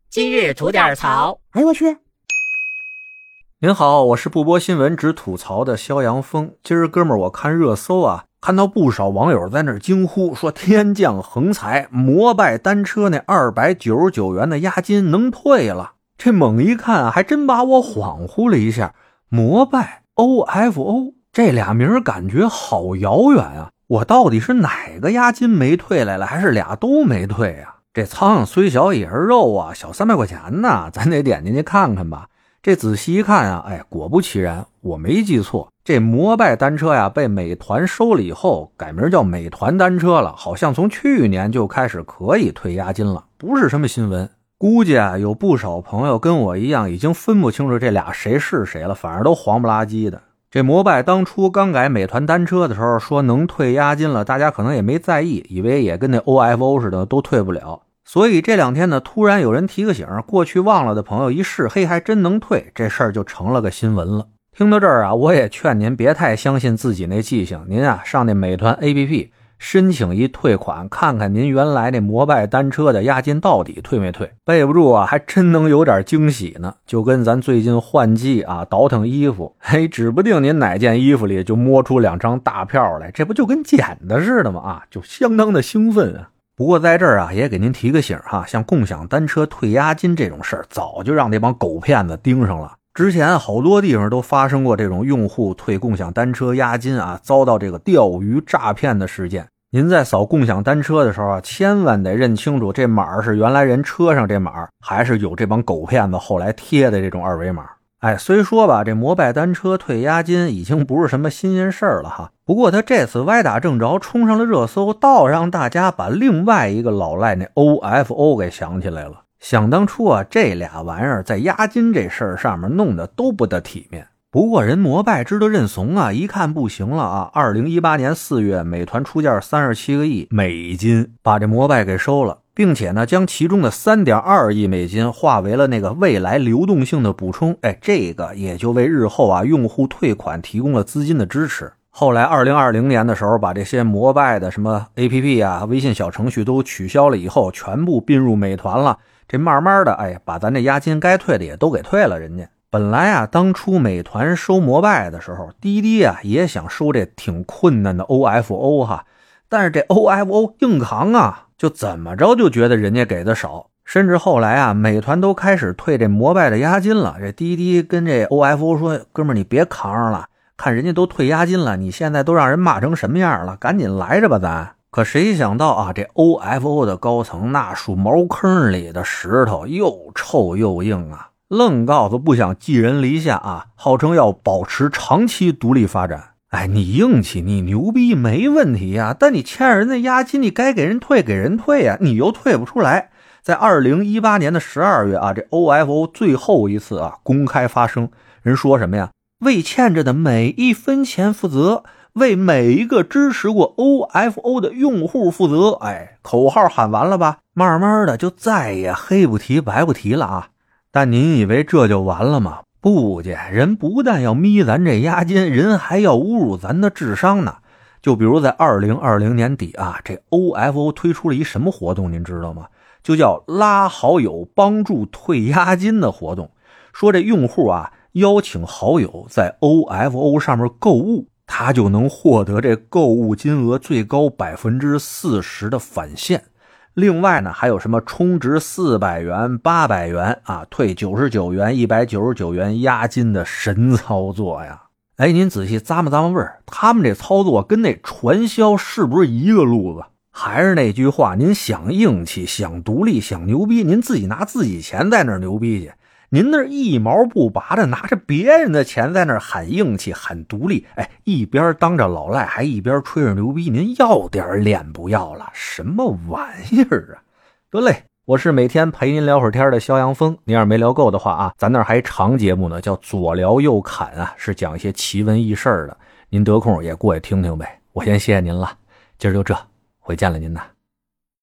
今日吐点槽。 哎呦我去！ 您好，我是不播新闻只吐槽的肖阳峰。今儿哥们儿我看热搜啊，看到不少网友在那儿惊呼说天降横财，摩拜单车那299元的押金能退了。这猛一看啊，还真把我恍惚了一下。摩拜 OFO 这俩名感觉好遥远啊，我到底是哪个押金没退来了，还是俩都没退啊？这苍蝇虽小也是肉啊，小300块钱呢，咱得点进去看看吧。这仔细一看啊，果不其然，我没记错，这摩拜单车呀被美团收了以后，改名叫美团单车了，好像从去年就开始可以退押金了，不是什么新闻。估计啊，有不少朋友跟我一样，已经分不清楚这俩谁是谁了，反正都黄不拉几的。这摩拜当初刚改美团单车的时候说能退押金了，大家可能也没在意，以为也跟那 OFO 似的都退不了。所以这两天呢，突然有人提个醒，过去忘了的朋友一试，嘿，还真能退，这事儿就成了个新闻了。听到这儿啊，我也劝您别太相信自己那记性，您啊上那美团 APP 申请一退款，看看您原来那摩拜单车的押金到底退没退，备不住啊还真能有点惊喜呢。就跟咱最近换季啊倒腾衣服，指不定您哪件衣服里就摸出2张大票来，这不就跟捡的似的吗？啊，就相当的兴奋啊。不过在这儿啊也给您提个醒哈，像共享单车退押金这种事儿，早就让那帮狗骗子盯上了。之前好多地方都发生过这种用户退共享单车押金啊遭到这个钓鱼诈骗的事件。您在扫共享单车的时候啊，千万得认清楚这码是原来人车上这码，还是有这帮狗骗子后来贴的这种二维码。虽说吧，这摩拜单车退押金已经不是什么新鲜事儿了哈。不过他这次歪打正着冲上了热搜，倒让大家把另外一个老赖那 OFO 给想起来了。想当初啊，这俩玩意儿在押金这事儿上面弄得都不得体面。不过人摩拜知道认怂啊，一看不行了啊，2018年4月美团出价37个亿美金把这摩拜给收了，并且呢将其中的3.2亿美金划为了那个未来流动性的补充，这个也就为日后啊用户退款提供了资金的支持。后来2020年的时候把这些摩拜的什么 APP 啊微信小程序都取消了以后，全部并入美团了，这慢慢的把咱这押金该退的也都给退了人家。本来啊当初美团收摩拜的时候，滴滴啊也想收这挺困难的 OFO 哈，但是这 OFO 硬扛啊，就怎么着就觉得人家给的少，甚至后来啊美团都开始退这摩拜的押金了，这滴滴跟这 OFO 说，哥们儿你别扛上了，看人家都退押金了，你现在都让人骂成什么样了，赶紧来着吧咱。可谁想到啊，这 OFO 的高层那属茅坑里的石头，又臭又硬啊，愣告诉不想寄人篱下啊，号称要保持长期独立发展。你硬气你牛逼没问题啊，但你欠人的押金你该给人退啊，你又退不出来。在2018年的12月啊，这 OFO 最后一次啊公开发声，人说什么呀？为欠着的每一分钱负责，为每一个支持过 OFO 的用户负责。口号喊完了吧，慢慢的就再也黑不提白不提了啊。但您以为这就完了吗？不介，人不但要眯咱这押金，人还要侮辱咱的智商呢。就比如在2020年底啊，这 OFO 推出了一什么活动您知道吗？就叫拉好友帮助退押金的活动。说这用户啊邀请好友在 OFO 上面购物，他就能获得这购物金额最高 40% 的返现。另外呢还有什么充值400元800元啊退99元199元押金的神操作呀。您仔细咂摸味儿，他们这操作跟那传销是不是一个路子？还是那句话，您想硬气想独立想牛逼，您自己拿自己钱在那儿牛逼去，您那一毛不拔的拿着别人的钱在那儿喊硬气喊独立，一边当着老赖还一边吹着牛逼，您要点脸不要了？什么玩意儿啊？得嘞，我是每天陪您聊会儿天的肖阳峰，您要是没聊够的话啊，咱那儿还长节目呢，叫左聊右侃啊，是讲一些奇闻异事的，您得空也过去听听呗。我先谢谢您了，今儿就这，回见了您呐。